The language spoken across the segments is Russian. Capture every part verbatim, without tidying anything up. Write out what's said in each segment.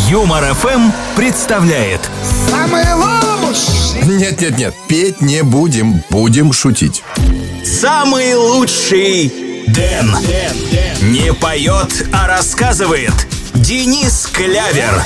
Юмор эф эм представляет. Самый лучший. Нет-нет-нет, петь не будем, будем шутить. Самый лучший Дэн. Не поет, а рассказывает. Денис Клявер.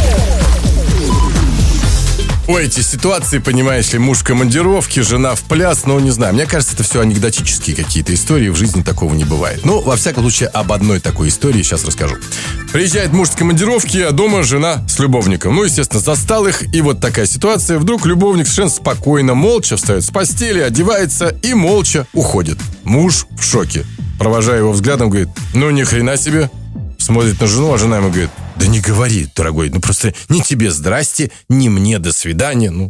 Ой, эти ситуации, понимаешь ли, муж в командировке, жена в пляс, ну, не знаю, мне кажется, это все анекдотические какие-то истории, в жизни такого не бывает. Ну, во всяком случае, об одной такой истории сейчас расскажу. Приезжает муж с командировки, а дома жена с любовником. Ну, естественно, застал их, и вот такая ситуация. Вдруг любовник совершенно спокойно, молча встает с постели, одевается и молча уходит. Муж в шоке. Провожая его взглядом, говорит: ну, ни хрена себе. Смотрит на жену, а жена ему говорит: да не говори, дорогой, ну просто ни тебе здрасте, ни мне до свидания, ну.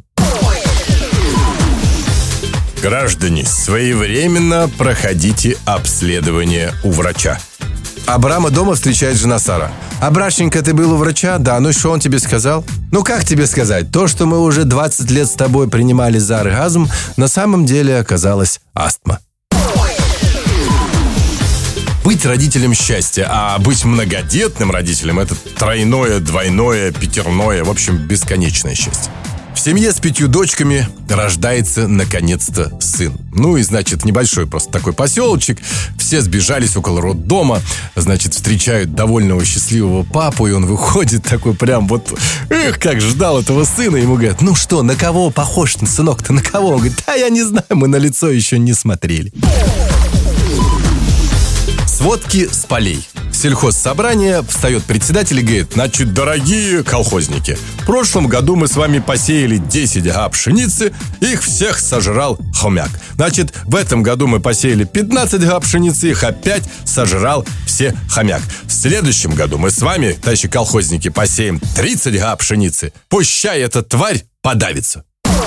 Граждане, своевременно проходите обследование у врача. Абрама дома встречает жена Сара. Абрашенька, ты был у врача? Да, ну что он тебе сказал? Ну как тебе сказать? То, что мы уже двадцать лет с тобой принимали за оргазм, на самом деле оказалась астма. Быть родителем счастья, а быть многодетным родителем — это тройное, двойное, пятерное, в общем, бесконечное счастье. В семье с пятью дочками рождается, наконец-то, сын. Ну и, значит, небольшой просто такой поселочек. Все сбежались около роддома. Значит, встречают довольного, счастливого папу, и он выходит такой прям вот... Эх, как ждал этого сына. Ему говорят: ну что, на кого похож сынок-то, на кого? Он говорит: да я не знаю, мы на лицо еще не смотрели. Сводки с полей. Сельхозсобрание, встает председатель и говорит: значит, дорогие колхозники, в прошлом году мы с вами посеяли десять га пшеницы, их всех сожрал хомяк. Значит, в этом году мы посеяли пятнадцать га пшеницы, их опять сожрал все хомяк. В следующем году мы с вами, товарищи колхозники, посеем тридцать га пшеницы. Пущай эта тварь подавится.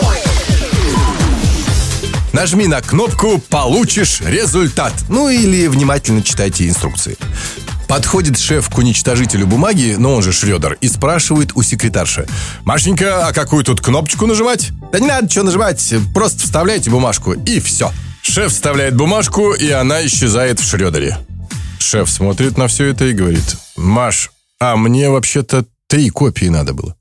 Нажми на кнопку, получишь результат. Ну или внимательно читайте инструкции. Подходит шеф к уничтожителю бумаги, но он же Шрёдер, и спрашивает у секретарши: Машенька, а какую тут кнопочку нажимать? Да не надо что нажимать, просто вставляйте бумажку, и все. Шеф вставляет бумажку, и она исчезает в Шрёдере. Шеф смотрит на все это и говорит: Маш, а мне вообще-то три копии надо было.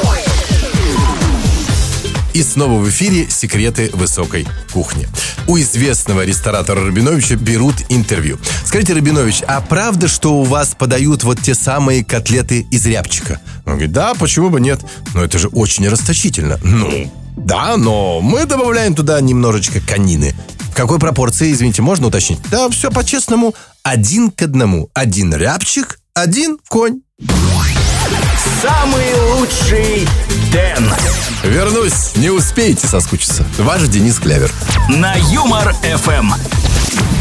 И снова в эфире секреты высокой кухни. У известного ресторатора Рабиновича берут интервью. Скажите, Рабинович, а правда, что у вас подают вот те самые котлеты из рябчика? Он говорит: да, почему бы нет? Но это же очень расточительно. Ну, да, но мы добавляем туда немножечко конины. В какой пропорции, извините, можно уточнить? Да, все по-честному. Один к одному. Один рябчик, один конь. Самый лучший Дэн. Вернусь, не успеете соскучиться. Ваш Денис Клявер. На Юмор эф эм.